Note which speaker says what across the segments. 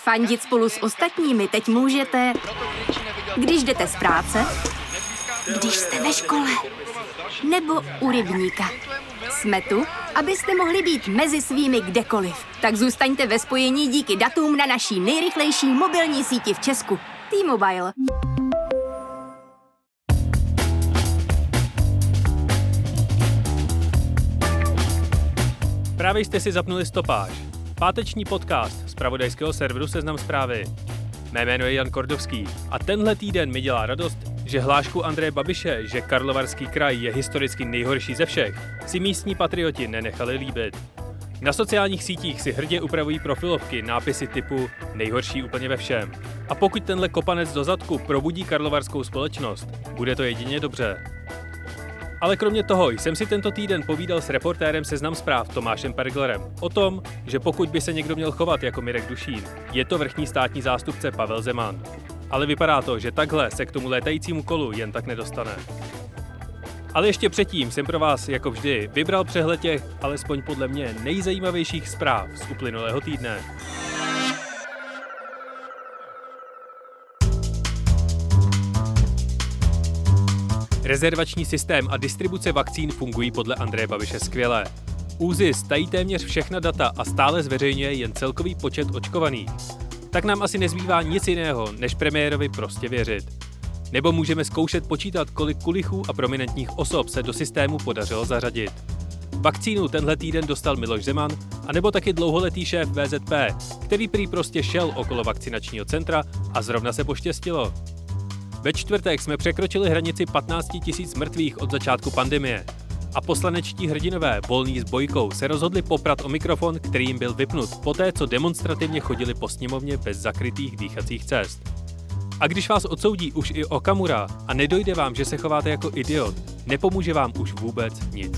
Speaker 1: Fandit spolu s ostatními teď můžete, když jdete z práce, když jste ve škole, nebo u rybníka. Jsme tu, abyste mohli být mezi svými kdekoliv. Tak zůstaňte ve spojení díky datům na naší nejrychlejší mobilní síti v Česku. T-Mobile.
Speaker 2: Právě jste si zapnuli Stopáž, páteční podcast z zpravodajského serveru Seznam Zprávy. Mé jméno je Jan Kordovský a tenhle týden mi dělá radost, že hlášku Andreje Babiše, že Karlovarský kraj je historicky nejhorší ze všech, si místní patrioti nenechali líbit. Na sociálních sítích si hrdě upravují profilovky nápisy typu nejhorší úplně ve všem. A pokud tenhle kopanec do zadku probudí karlovarskou společnost, bude to jedině dobře. Ale kromě toho jsem si tento týden povídal s reportérem Seznam Zpráv Tomášem Perglerem o tom, že pokud by se někdo měl chovat jako Mirek Dušín, je to vrchní státní zástupce Pavel Zeman. Ale vypadá to, že takhle se k tomu létajícímu kolu jen tak nedostane. Ale ještě předtím jsem pro vás, jako vždy, vybral přehled těch, alespoň podle mě, nejzajímavějších zpráv z uplynulého týdne. Rezervační systém a distribuce vakcín fungují podle Andreje Babiše skvěle. ÚZIS tají téměř všechna data a stále zveřejňuje jen celkový počet očkovaných. Tak nám asi nezbývá nic jiného, než premiérovi prostě věřit. Nebo můžeme zkoušet počítat, kolik kulichů a prominentních osob se do systému podařilo zařadit. Vakcínu tenhle týden dostal Miloš Zeman, anebo taky dlouholetý šéf VZP, který prý prostě šel okolo vakcinačního centra a zrovna se poštěstilo. Ve čtvrtek jsme překročili hranici 15 000 mrtvých od začátku pandemie. A poslanečtí hrdinové, volní s Bojkou, se rozhodli poprat o mikrofon, který jim byl vypnut, poté co demonstrativně chodili po sněmovně bez zakrytých dýchacích cest. A když vás odsoudí už i Okamura a nedojde vám, že se chováte jako idiot, nepomůže vám už vůbec nic.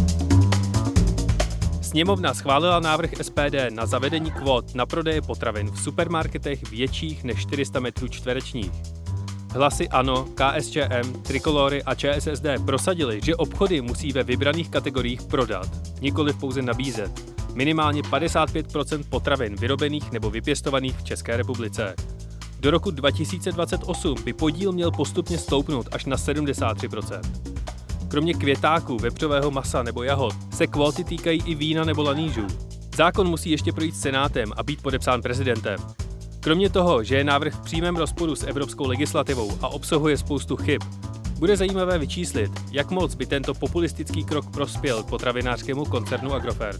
Speaker 2: Sněmovna schválila návrh SPD na zavedení kvót na prodeje potravin v supermarketech větších než 400 metrů čtverečních. Hlasy ANO, KSČM, Trikolory a ČSSD prosadili, že obchody musí ve vybraných kategoriích prodat, nikoliv pouze nabízet, minimálně 55% potravin vyrobených nebo vypěstovaných v České republice. Do roku 2028 by podíl měl postupně stoupnout až na 73%. Kromě květáků, vepřového masa nebo jahod se kvóty týkají i vína nebo lanížů. Zákon musí ještě projít Senátem a být podepsán prezidentem. Kromě toho, že je návrh v přímém rozporu s evropskou legislativou a obsahuje spoustu chyb, bude zajímavé vyčíslit, jak moc by tento populistický krok prospěl potravinářskému koncernu Agrofert.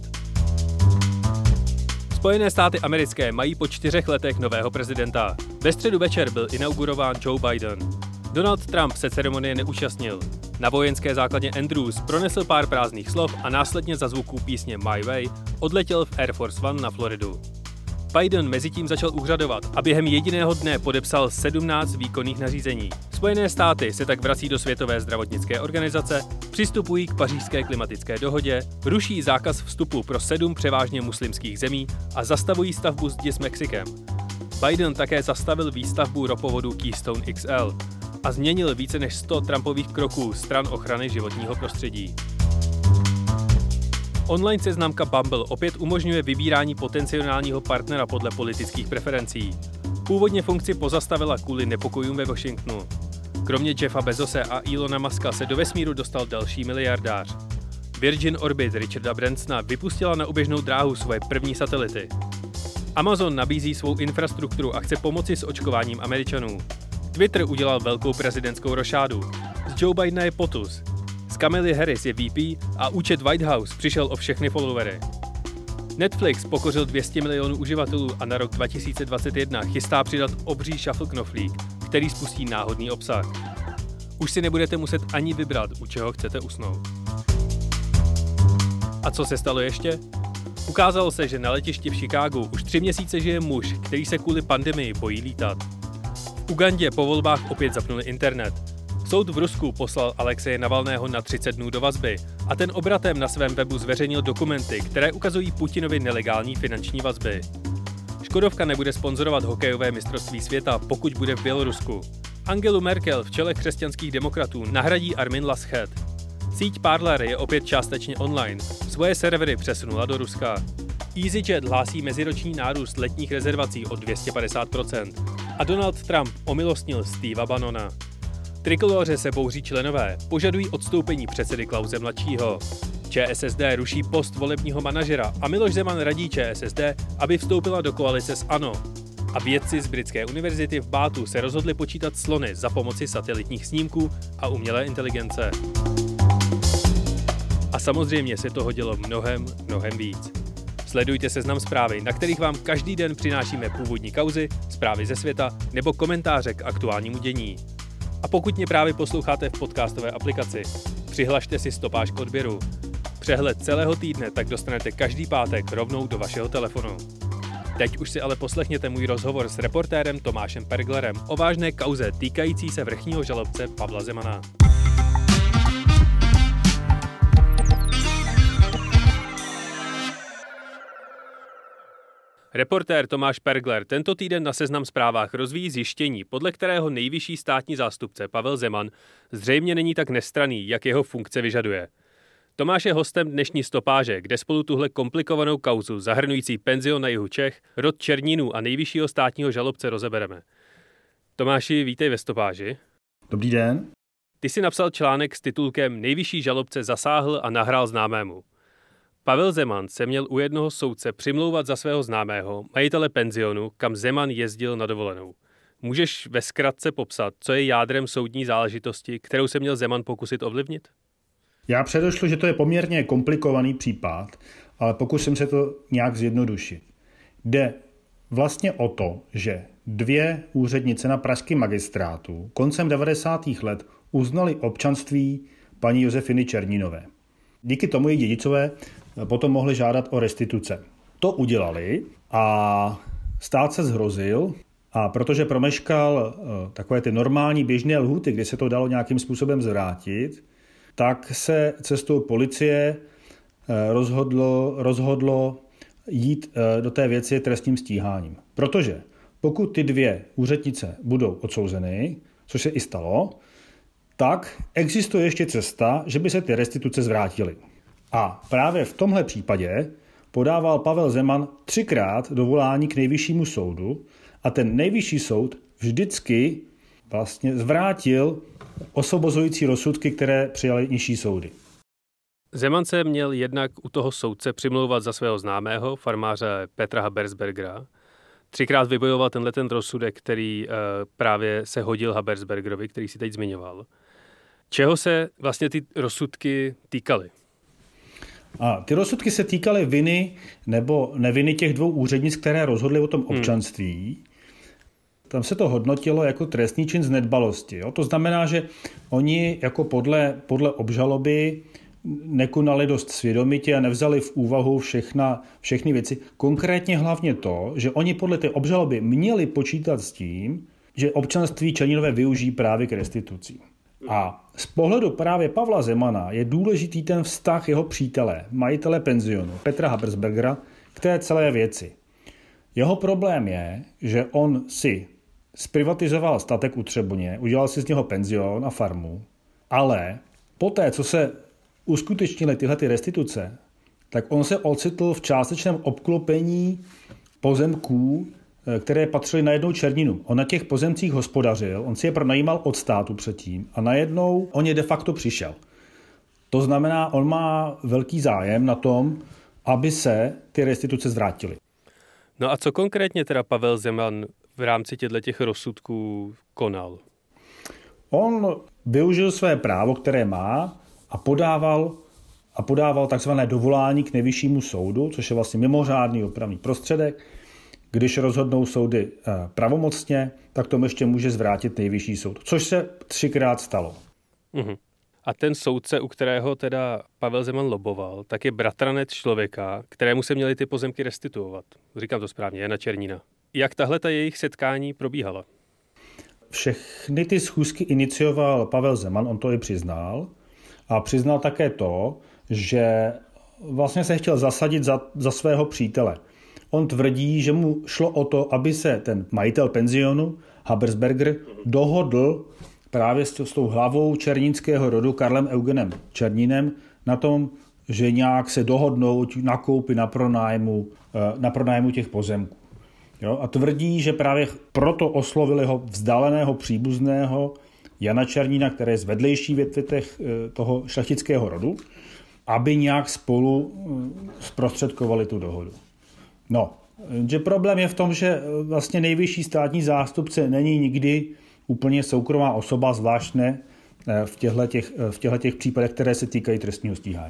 Speaker 2: Spojené státy americké mají po 4 letech nového prezidenta. Ve středu večer byl inaugurován Joe Biden. Donald Trump se ceremonie neúčastnil. Na vojenské základně Andrews pronesl pár prázdných slov a následně za zvuků písně My Way odletěl v Air Force One na Floridu. Biden mezitím začal úřadovat a během jediného dne podepsal 17 výkonných nařízení. Spojené státy se tak vrací do Světové zdravotnické organizace, přistupují k Pařížské klimatické dohodě, ruší zákaz vstupu pro 7 převážně muslimských zemí a zastavují stavbu zdi s Mexikem. Biden také zastavil výstavbu ropovodu Keystone XL a změnil více než 100 Trumpových kroků stran ochrany životního prostředí. Online seznamka Bumble opět umožňuje vybírání potenciálního partnera podle politických preferencí. Původně funkci pozastavila kvůli nepokojům ve Washingtonu. Kromě Jeffa Bezose a Elona Muska se do vesmíru dostal další miliardář. Virgin Orbit Richarda Bransona vypustila na oběžnou dráhu svoje první satelity. Amazon nabízí svou infrastrukturu a chce pomoci s očkováním Američanů. Twitter udělal velkou prezidentskou rošádu. Z Joe Bidena je potus. Z Kamily Harris je VP a účet White House přišel o všechny followery. Netflix pokořil 200 milionů uživatelů a na rok 2021 chystá přidat obří shuffle knoflík, který spustí náhodný obsah. Už si nebudete muset ani vybrat, u čeho chcete usnout. A co se stalo ještě? Ukázalo se, že na letišti v Chicagu už 3 měsíce žije muž, který se kvůli pandemii bojí lítat. V Ugandě po volbách opět zapnuli internet. Soud v Rusku poslal Alexeje Navalného na 30 dnů do vazby a ten obratem na svém webu zveřejnil dokumenty, které ukazují Putinovi nelegální finanční vazby. Škodovka nebude sponzorovat hokejové mistrovství světa, pokud bude v Bělorusku. Angelu Merkel v čele křesťanských demokratů nahradí Armin Laschet. Síť Parler je opět částečně online, svoje servery přesunula do Ruska. EasyJet hlásí meziroční nárůst letních rezervací o 250%. A Donald Trump omilostnil Steva Bannona. Trikoloře se bouří členové, požadují odstoupení předsedy Klause mladšího. ČSSD ruší post volebního manažera a Miloš Zeman radí ČSSD, aby vstoupila do koalice s ANO. A vědci z Britské univerzity v Báthu se rozhodli počítat slony za pomoci satelitních snímků a umělé inteligence. A samozřejmě se toho dělo mnohem víc. Sledujte Seznam Zprávy, na kterých vám každý den přinášíme původní kauzy, zprávy ze světa nebo komentáře k aktuálnímu dění. A pokud mě právě posloucháte v podcastové aplikaci, přihlašte si stopáž k odběru. Přehled celého týdne tak dostanete každý pátek rovnou do vašeho telefonu. Teď už si ale poslechněte můj rozhovor s reportérem Tomášem Perglerem o vážné kauze týkající se vrchního žalobce Pavla Zemana. Reportér Tomáš Pergler tento týden na Seznam Zprávách rozvíjí zjištění, podle kterého nejvyšší státní zástupce Pavel Zeman zřejmě není tak nestranný, jak jeho funkce vyžaduje. Tomáš je hostem dnešní stopáže, kde spolu tuhle komplikovanou kauzu zahrnující penzion na jihu Čech, rod Černínů a nejvyššího státního žalobce rozebereme. Tomáši, vítej ve stopáži.
Speaker 3: Dobrý den.
Speaker 2: Ty jsi napsal článek s titulkem Nejvyšší žalobce zasáhl a nahrál známému. Pavel Zeman se měl u jednoho soudce přimlouvat za svého známého, majitele penzionu, kam Zeman jezdil na dovolenou. Můžeš ve zkratce popsat, co je jádrem soudní záležitosti, kterou se měl Zeman pokusit ovlivnit?
Speaker 3: Já předešlu, že to je poměrně komplikovaný případ, ale pokusím se to nějak zjednodušit. Jde vlastně o to, že dvě úřednice na pražském magistrátu koncem 90. let uznali občanství paní Josefiny Černínové. Díky tomu její dědicové potom mohli žádat o restituce. To udělali a stát se zhrozil, a protože promeškal takové ty normální běžné lhůty, kdy se to dalo nějakým způsobem zvrátit, tak se cestou policie rozhodlo jít do té věci trestním stíháním. Protože pokud ty dvě úřednice budou odsouzeny, což se i stalo, tak existuje ještě cesta, že by se ty restituce zvrátily. A právě v tomhle případě podával Pavel Zeman 3krát dovolání k nejvyššímu soudu a ten nejvyšší soud vždycky vlastně zvrátil osvobozující rozsudky, které přijaly nižší soudy.
Speaker 2: Zeman se měl jednak u toho soudce přimlouvat za svého známého, farmáře Petra Habersbergera. 3krát vybojoval ten rozsudek, který právě se hodil Habersbergerovi, který si teď zmiňoval. Čeho se vlastně ty rozsudky týkaly?
Speaker 3: A ty rozsudky se týkaly viny nebo neviny těch dvou úřednic, které rozhodly o tom občanství. Tam se to hodnotilo jako trestný čin z nedbalosti. Jo? To znamená, že oni jako podle obžaloby nekonali dost svědomitě a nevzali v úvahu všechny věci. Konkrétně hlavně to, že oni podle té obžaloby měli počítat s tím, že občanství Černínové využijí právě k restituci. A z pohledu právě Pavla Zemana je důležitý ten vztah jeho přítele, majitele penzionu, Petra Habersbergera, k té celé věci. Jeho problém je, že on si zprivatizoval statek u Třeboně, udělal si z něho penzion a farmu, ale poté, co se uskutečnily tyhle restituce, tak on se ocitl v částečném obklopení pozemků, které patřily na jednou Černinu. On na těch pozemcích hospodařil, on si je pronajímal od státu předtím a najednou on je de facto přišel. To znamená, on má velký zájem na tom, aby se ty restituce zvrátily.
Speaker 2: No a co konkrétně teda Pavel Zeman v rámci těch rozsudků konal?
Speaker 3: On využil své právo, které má, a podával takzvané dovolání k nejvyššímu soudu, což je vlastně mimořádný opravný prostředek. Když rozhodnou soudy pravomocně, tak tomu ještě může zvrátit nejvyšší soud, což se 3krát stalo.
Speaker 2: Uhum. A ten soudce, u kterého teda Pavel Zeman loboval, tak je bratranec člověka, kterému se měly ty pozemky restituovat. Říkám to správně, Jana Černína. Jak tahle jejich setkání probíhala?
Speaker 3: Všechny ty schůzky inicioval Pavel Zeman, on to i přiznal. A přiznal také to, že vlastně se chtěl zasadit za svého přítele. On tvrdí, že mu šlo o to, aby se ten majitel penzionu, Habersberger, dohodl právě s tou hlavou černínského rodu Karlem Eugenem Černínem na tom, že nějak se dohodnou na koupi, na pronájmu těch pozemků. Jo? A tvrdí, že právě proto oslovil jeho vzdáleného příbuzného Jana Černína, který je z vedlejší větve toho šlechtického rodu, aby nějak spolu zprostředkovali tu dohodu. No, že problém je v tom, že vlastně nejvyšší státní zástupce není nikdy úplně soukromá osoba, zvláštně v těchto případech, které se týkají trestního stíhání.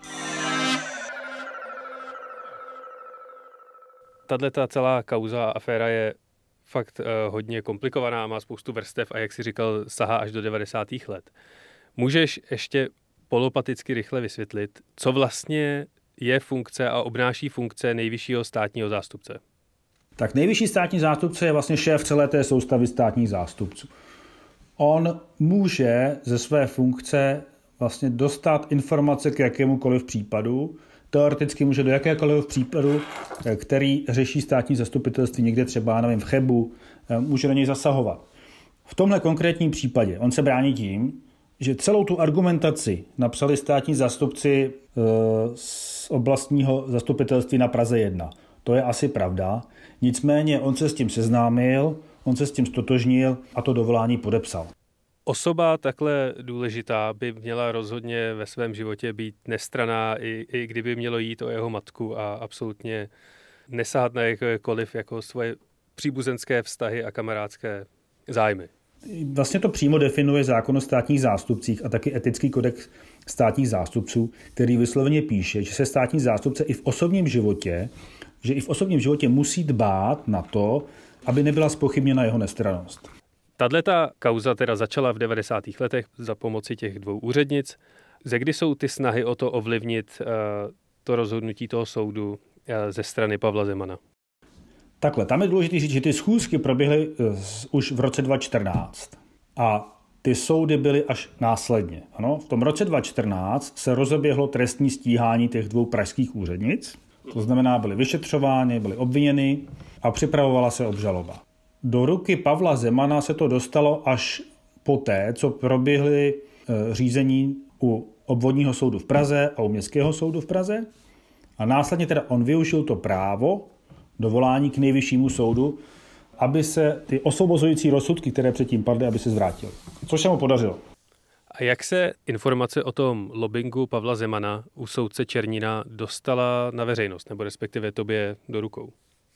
Speaker 2: Tato celá kauza a aféra je fakt hodně komplikovaná, má spoustu vrstev a jak si říkal, sahá až do 90. let. Můžeš ještě polopaticky rychle vysvětlit, co vlastně je funkce a obnáší funkce nejvyššího státního zástupce?
Speaker 3: Tak nejvyšší státní zástupce je vlastně šéf celé té soustavy státních zástupců. On může ze své funkce vlastně dostat informace k jakémukoliv případu, teoreticky může do jakékoliv případu, který řeší státní zastupitelství někde třeba, nevím, v Chebu, může do něj zasahovat. V tomhle konkrétním případě on se brání tím, že celou tu argumentaci napsali státní zástupci z oblastního zastupitelství na Praze 1. To je asi pravda. Nicméně on se s tím seznámil, on se s tím stotožnil a to dovolání podepsal.
Speaker 2: Osoba takhle důležitá by měla rozhodně ve svém životě být nestranná, i kdyby mělo jít o jeho matku a absolutně nesahat na jakékoliv jako svoje příbuzenské vztahy a kamarádské zájmy.
Speaker 3: Vlastně to přímo definuje zákon o státních zástupcích a taky etický kodex státních zástupců, který vysloveně píše, že se státní zástupce i v osobním životě musí dbát na to, aby nebyla zpochybněna jeho nestrannost.
Speaker 2: Tato kauza teda začala v 90. letech za pomoci těch dvou úřednic. Ze kdy jsou ty snahy o to ovlivnit to rozhodnutí toho soudu ze strany Pavla Zemana?
Speaker 3: Takhle, tam je důležité říct, že ty schůzky proběhly už v roce 2014 a ty soudy byly až následně. Ano, v tom roce 2014 se rozeběhlo trestní stíhání těch dvou pražských úřednic, to znamená, byly vyšetřovány, byly obviněny a připravovala se obžaloba. Do ruky Pavla Zemana se to dostalo až poté, co proběhly řízení u obvodního soudu v Praze a u městského soudu v Praze a následně teda on využil to právo dovolání k nejvyššímu soudu, aby se ty osvobozující rozsudky, které předtím padly, aby se zvrátily. Což se mu podařilo.
Speaker 2: A jak se informace o tom lobbingu Pavla Zemana u soudce Černína dostala na veřejnost, nebo respektive tobě do rukou?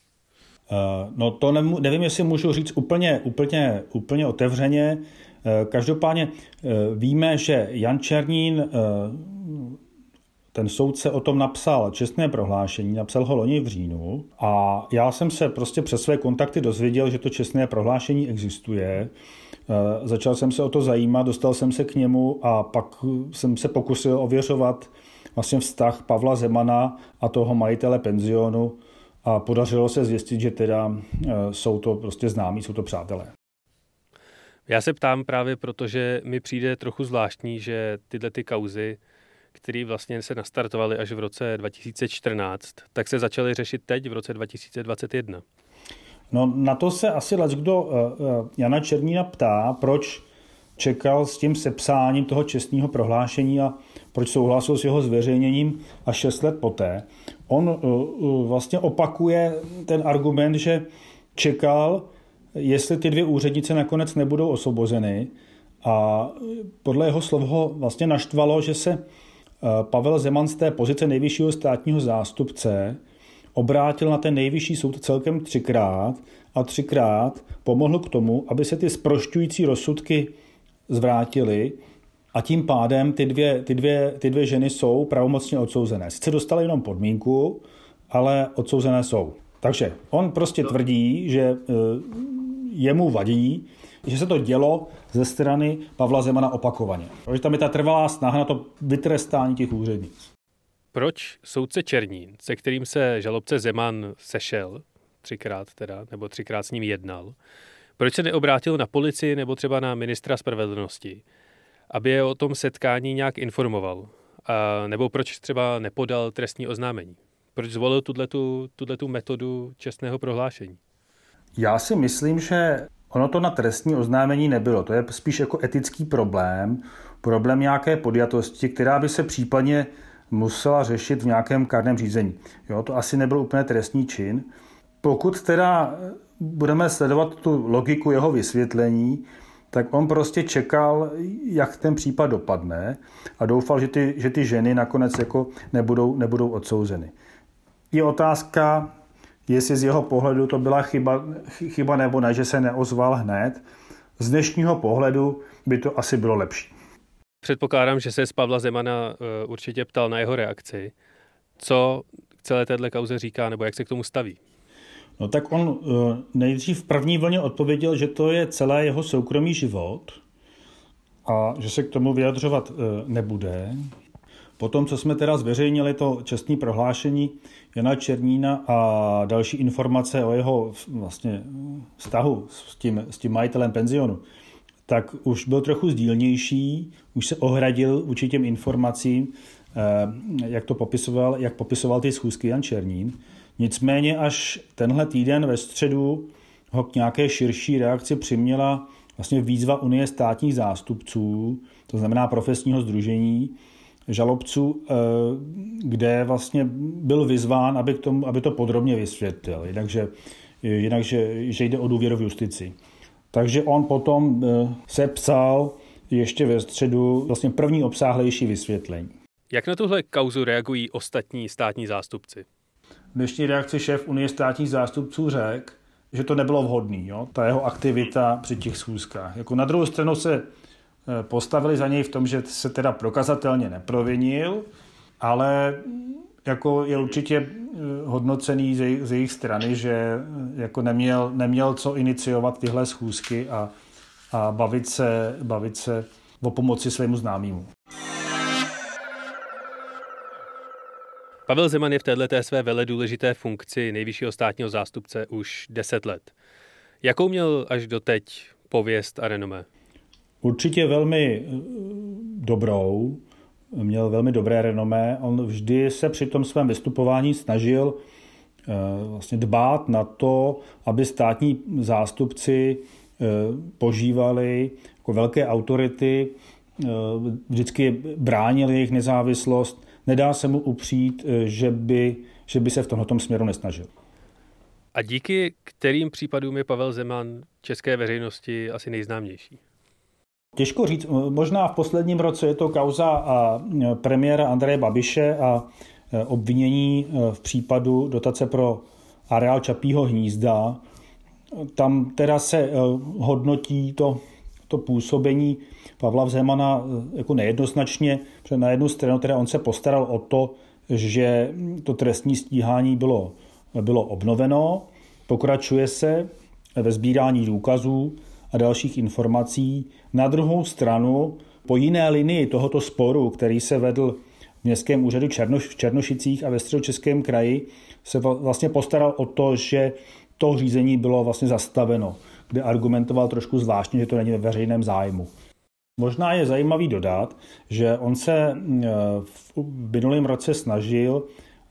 Speaker 3: No to nevím, jestli můžu říct úplně otevřeně. Každopádně víme, že Jan Černín, ten soudce o tom napsal čestné prohlášení, napsal ho loni v říjnu a já jsem se prostě přes své kontakty dozvěděl, že to čestné prohlášení existuje. Začal jsem se o to zajímat, dostal jsem se k němu a pak jsem se pokusil ověřovat vlastně vztah Pavla Zemana a toho majitele penzionu a podařilo se zjistit, že teda jsou to prostě známí, jsou to přátelé.
Speaker 2: Já se ptám právě proto, že mi přijde trochu zvláštní, že tyhle ty kauzy, které vlastně se nastartovaly až v roce 2014, tak se začaly řešit teď v roce 2021.
Speaker 3: No na to se asi leckdo Jana Černína ptá, proč čekal s tím sepsáním toho čestného prohlášení a proč souhlasil s jeho zveřejněním až 6 let poté. On vlastně opakuje ten argument, že čekal, jestli ty dvě úřednice nakonec nebudou osvobozeny a podle jeho slov ho vlastně naštvalo, že se Pavel Zeman z té pozice nejvyššího státního zástupce obrátil na ten nejvyšší soud celkem 3krát a 3krát pomohl k tomu, aby se ty zprošťující rozsudky zvrátily a tím pádem ty dvě ženy jsou pravomocně odsouzené. Sice dostaly jenom podmínku, ale odsouzené jsou. Takže on prostě tvrdí, že jemu vadí, že se to dělo ze strany Pavla Zemana opakovaně. Protože tam je ta trvalá snaha na to vytrestání těch úřednic.
Speaker 2: Proč soudce Černín, se kterým se žalobce Zeman sešel, 3krát teda, nebo 3krát s ním jednal, proč se neobrátil na policii nebo třeba na ministra spravedlnosti, aby je o tom setkání nějak informoval? A nebo proč třeba nepodal trestní oznámení? Proč zvolil tuto metodu čestného prohlášení?
Speaker 3: Já si myslím, že ono to na trestní oznámení nebylo. To je spíš jako etický problém nějaké podjatosti, která by se případně musela řešit v nějakém kárném řízení. Jo, to asi nebyl úplně trestný čin. Pokud teda budeme sledovat tu logiku jeho vysvětlení, tak on prostě čekal, jak ten případ dopadne a doufal, že ty ženy nakonec jako nebudou odsouzeny. Je otázka, jestli z jeho pohledu to byla chyba nebo ne, že se neozval hned. Z dnešního pohledu by to asi bylo lepší.
Speaker 2: Předpokládám, že se z Pavla Zemana určitě ptal na jeho reakci. Co k celé téhle kauze říká, nebo jak se k tomu staví?
Speaker 3: No tak on nejdřív v první vlně odpověděl, že to je celé jeho soukromý život a že se k tomu vyjadřovat nebude. Potom, co jsme teda zveřejnili to čestné prohlášení Jana Černína a další informace o jeho vlastně vztahu s tím majitelem penzionu, tak už byl trochu sdílnější, už se ohradil vůči těm informacím, jak popisoval ty schůzky Jan Černín. Nicméně až tenhle týden ve středu ho k nějaké širší reakci přiměla vlastně výzva Unie státních zástupců, to znamená profesního sdružení žalobců, kde vlastně byl vyzván, aby to podrobně vysvětlil, jinak že jde o důvěru v justici. Takže on potom sepsal ještě ve středu vlastně první obsáhlejší vysvětlení.
Speaker 2: Jak na tuhle kauzu reagují ostatní státní zástupci?
Speaker 3: V dnešní reakci šéf Unie státních zástupců řekl, že to nebylo vhodný, jo? Ta jeho aktivita při těch schůzkách. Jako na druhou stranu se postavili za něj v tom, že se teda prokazatelně neprovinil, ale jako je určitě hodnocený z jejich strany, že jako neměl co iniciovat tyhle schůzky a bavit se o pomoci svému známému.
Speaker 2: Pavel Zeman je v této své veledůležité funkci nejvyššího státního zástupce už 10 let. Jakou měl až doteď pověst a renomé?
Speaker 3: Určitě velmi dobrou, měl velmi dobré renomé. On vždy se při tom svém vystupování snažil vlastně dbát na to, aby státní zástupci požívali jako velké autority, vždycky bránili jejich nezávislost. Nedá se mu upřít, že by se v tomto směru nesnažil.
Speaker 2: A díky kterým případům je Pavel Zeman české veřejnosti asi nejznámější?
Speaker 3: Těžko říct. Možná v posledním roce je to kauza premiéra Andreje Babiše a obvinění v případu dotace pro areál Čapího hnízda. Tam teda se hodnotí to působení Pavla Zemana jako nejednoznačně, protože na jednu stranu teda on se postaral o to, že to trestní stíhání bylo obnoveno, pokračuje se ve sbírání důkazů a dalších informací. Na druhou stranu, po jiné linii tohoto sporu, který se vedl v Městském úřadu v Černošicích a ve Středočeském kraji, se vlastně postaral o to, že to řízení bylo vlastně zastaveno, kde argumentoval trošku zvláštně, že to není ve veřejném zájmu. Možná je zajímavý dodat, že on se v minulém roce snažil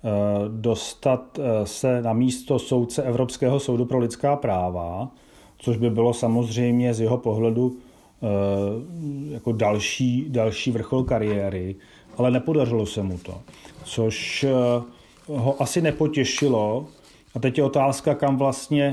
Speaker 3: dostat se na místo soudce Evropského soudu pro lidská práva, což by bylo samozřejmě z jeho pohledu jako další vrchol kariéry, ale nepodařilo se mu to, což ho asi nepotěšilo. A teď je otázka, kam vlastně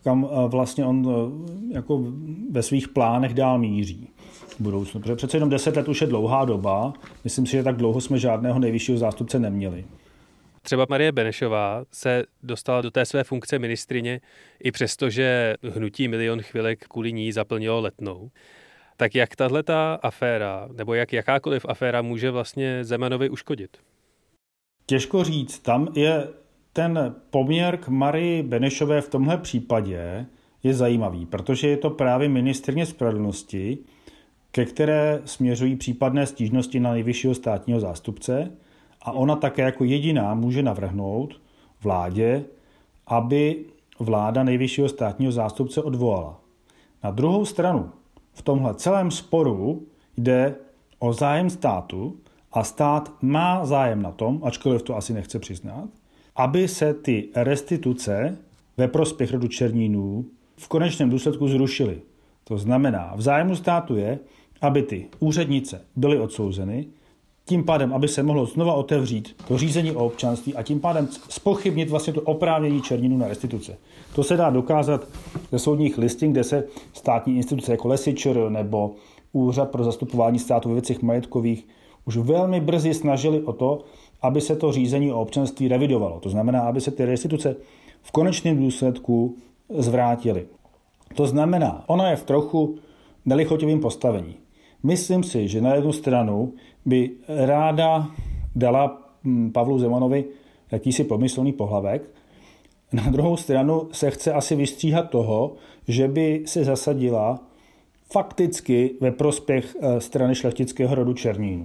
Speaker 3: on jako ve svých plánech dál míří v budoucnu. Protože přece jenom 10 let už je dlouhá doba. Myslím si, že tak dlouho jsme žádného nejvyššího zástupce neměli.
Speaker 2: Třeba Marie Benešová se dostala do té své funkce ministryně i přesto, že hnutí Milion chvilek kvůli ní zaplnilo Letnou. Tak jak tahleta aféra, nebo jak jakákoliv aféra může vlastně Zemanovi uškodit?
Speaker 3: Těžko říct. Tam je ten poměr k Marii Benešové v tomhle případě je zajímavý, protože je to právě ministryně spravedlnosti, ke které směřují případné stížnosti na nejvyššího státního zástupce a ona také jako jediná může navrhnout vládě, aby vláda nejvyššího státního zástupce odvolala. Na druhou stranu v tomhle celém sporu jde o zájem státu a stát má zájem na tom, ačkoliv to asi nechce přiznat, aby se ty restituce ve prospěch rodu Černínů v konečném důsledku zrušily. To znamená, v zájmu státu je, aby ty úřednice byly odsouzeny, tím pádem, aby se mohlo znova otevřít to řízení o občanství a tím pádem zpochybnit vlastně to oprávnění Černínů na restituce. To se dá dokázat ze soudních listin, kde se státní instituce jako Lesy ČR nebo Úřad pro zastupování státu ve věcech majetkových už velmi brzy snažili o to, aby se to řízení o občanství revidovalo. To znamená, aby se ty restituce v konečném důsledku zvrátily. To znamená, ona je v trochu nelichotivém postavení. Myslím si, že na jednu stranu by ráda dala Pavlu Zemanovi jakýsi pomyslný pohlavek, na druhou stranu se chce asi vystříhat toho, že by se zasadila fakticky ve prospěch strany šlechtického rodu Černínů.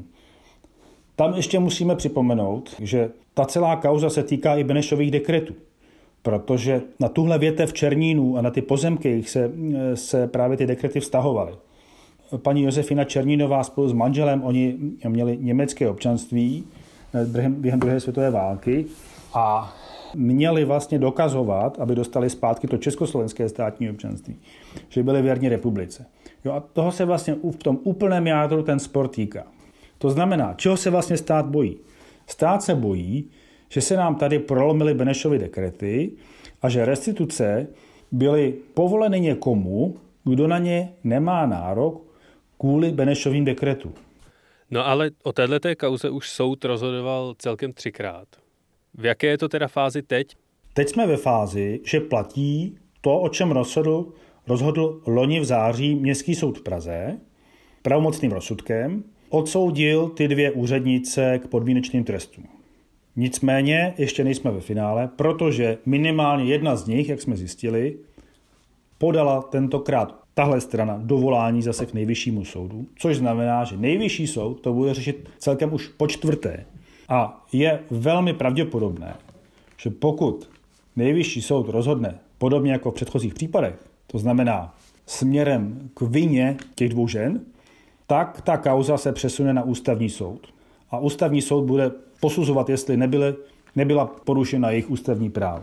Speaker 3: Tam ještě musíme připomenout, že ta celá kauza se týká i Benešových dekretů, protože na tuhle větev Černínů a na ty pozemky se právě ty dekrety vztahovaly. Paní Josefina Černínová spolu s manželem, oni měli německé občanství během druhé světové války a měli vlastně dokazovat, aby dostali zpátky to československé státní občanství, že byli věrni republice. Jo, a toho se vlastně v tom úplném jádru ten spor týká. To znamená, čeho se vlastně stát bojí? Stát se bojí, že se nám tady prolomily Benešovy dekrety a že restituce byly povoleny někomu, kdo na ně nemá nárok kvůli Benešovým dekretům.
Speaker 2: No ale o téhleté kauze už soud rozhodoval celkem 3krát. V jaké je to teda fázi teď?
Speaker 3: Teď jsme ve fázi, že platí to, o čem rozhodl loni v září Městský soud v Praze pravomocným rozsudkem, odsoudil ty 2 úřednice k podmínečným trestům. Nicméně ještě nejsme ve finále, protože minimálně jedna z nich, jak jsme zjistili, podala tentokrát tahle strana dovolání zase k Nejvyššímu soudu, což znamená, že Nejvyšší soud to bude řešit celkem už po 4. A je velmi pravděpodobné, že pokud Nejvyšší soud rozhodne podobně jako v předchozích případech, to znamená směrem k vině těch 2 žen, tak ta kauza se přesune na Ústavní soud. A Ústavní soud bude posuzovat, jestli nebyla porušena jejich ústavní práva.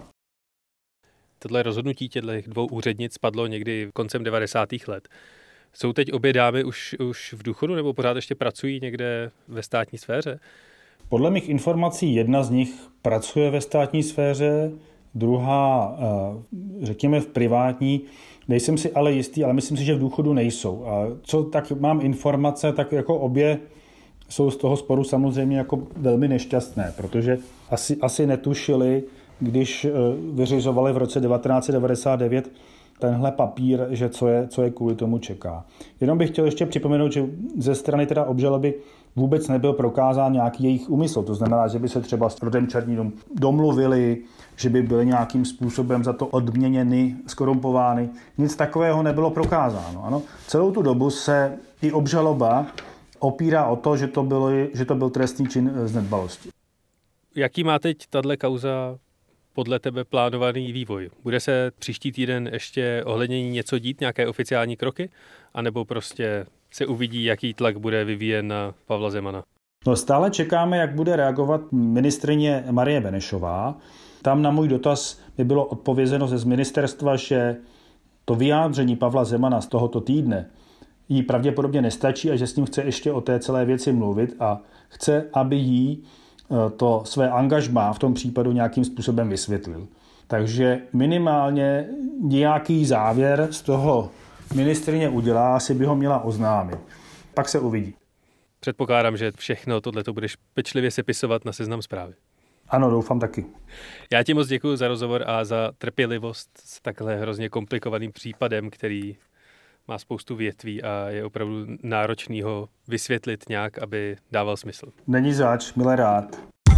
Speaker 2: Tohle rozhodnutí těchto 2 úřednic spadlo někdy koncem 90. let. Jsou teď obě dámy už v důchodu nebo pořád ještě pracují někde ve státní sféře?
Speaker 3: Podle mých informací jedna z nich pracuje ve státní sféře, druhá, řekněme, v privátní. Nejsem si ale jistý, ale myslím si, že v důchodu nejsou. A co tak mám informace, tak jako obě jsou z toho sporu samozřejmě jako velmi nešťastné, protože asi netušili, když vyřizovali v roce 1999 tenhle papír, že co je kvůli tomu čeká. Jenom bych chtěl ještě připomenout, že ze strany teda obžaloby vůbec nebyl prokázán nějaký jejich úmysl. To znamená, že by se třeba s rodem Černínům domluvili, že by byli nějakým způsobem za to odměněny, skorumpovány. Nic takového nebylo prokázáno. Ano? Celou tu dobu se i obžaloba opírá o to, že to byl trestný čin z nedbalosti.
Speaker 2: Jaký má teď tato kauza podle tebe plánovaný vývoj? Bude se příští týden ještě ohledně něco dít, nějaké oficiální kroky? A nebo prostě se uvidí, jaký tlak bude vyvíjen na Pavla Zemana?
Speaker 3: No, stále čekáme, jak bude reagovat ministryně Marie Benešová. Tam na můj dotaz mi bylo odpovězeno z ministerstva, že to vyjádření Pavla Zemana z tohoto týdne jí pravděpodobně nestačí a že s ním chce ještě o té celé věci mluvit a chce, aby jí to své angažmá v tom případu nějakým způsobem vysvětlil. Takže minimálně nějaký závěr z toho ministryně udělá, asi by ho měla oznámit. Pak se uvidí.
Speaker 2: Předpokládám, že všechno tohleto budeš pečlivě sepisovat na Seznam Zprávy.
Speaker 3: Ano, doufám taky.
Speaker 2: Já ti moc děkuji za rozhovor a za trpělivost s takhle hrozně komplikovaným případem, který má spoustu větví a je opravdu náročný ho vysvětlit nějak, aby dával smysl.
Speaker 3: Není zač, milé rád.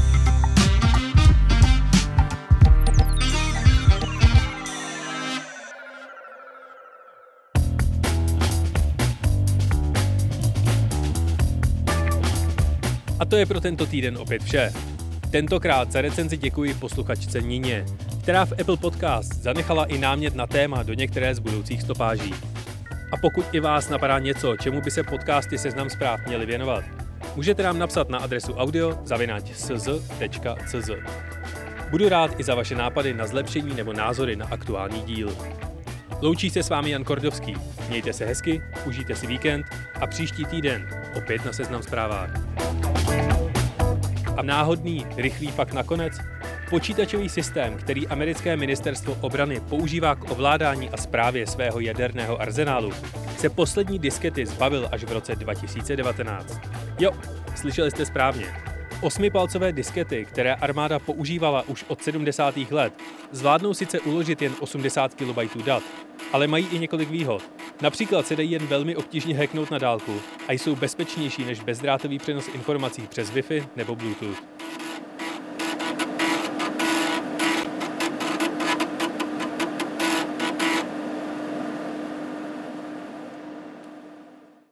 Speaker 2: A to je pro tento týden opět vše. Tentokrát za recenzi děkuji posluchačce Nině, která v Apple Podcast zanechala i námět na téma do některé z budoucích stopáží. A pokud i vás napadá něco, čemu by se podcasty Seznam Zpráv měly věnovat, můžete nám napsat na adresu audio@cz.cz. Budu rád i za vaše nápady na zlepšení nebo názory na aktuální díl. Loučí se s vámi Jan Kordovský. Mějte se hezky, užijte si víkend a příští týden opět na Seznam Zprávách. A náhodný, rychlý fakt nakonec? Počítačový systém, který americké ministerstvo obrany používá k ovládání a správě svého jaderného arzenálu, se poslední diskety zbavil až v roce 2019. Jo, slyšeli jste správně. 8palcové diskety, které armáda používala už od 70. let, zvládnou sice uložit jen 80 KB dat, ale mají i několik výhod. Například se dají jen velmi obtížně hacknout na dálku a jsou bezpečnější než bezdrátový přenos informací přes Wi-Fi nebo Bluetooth.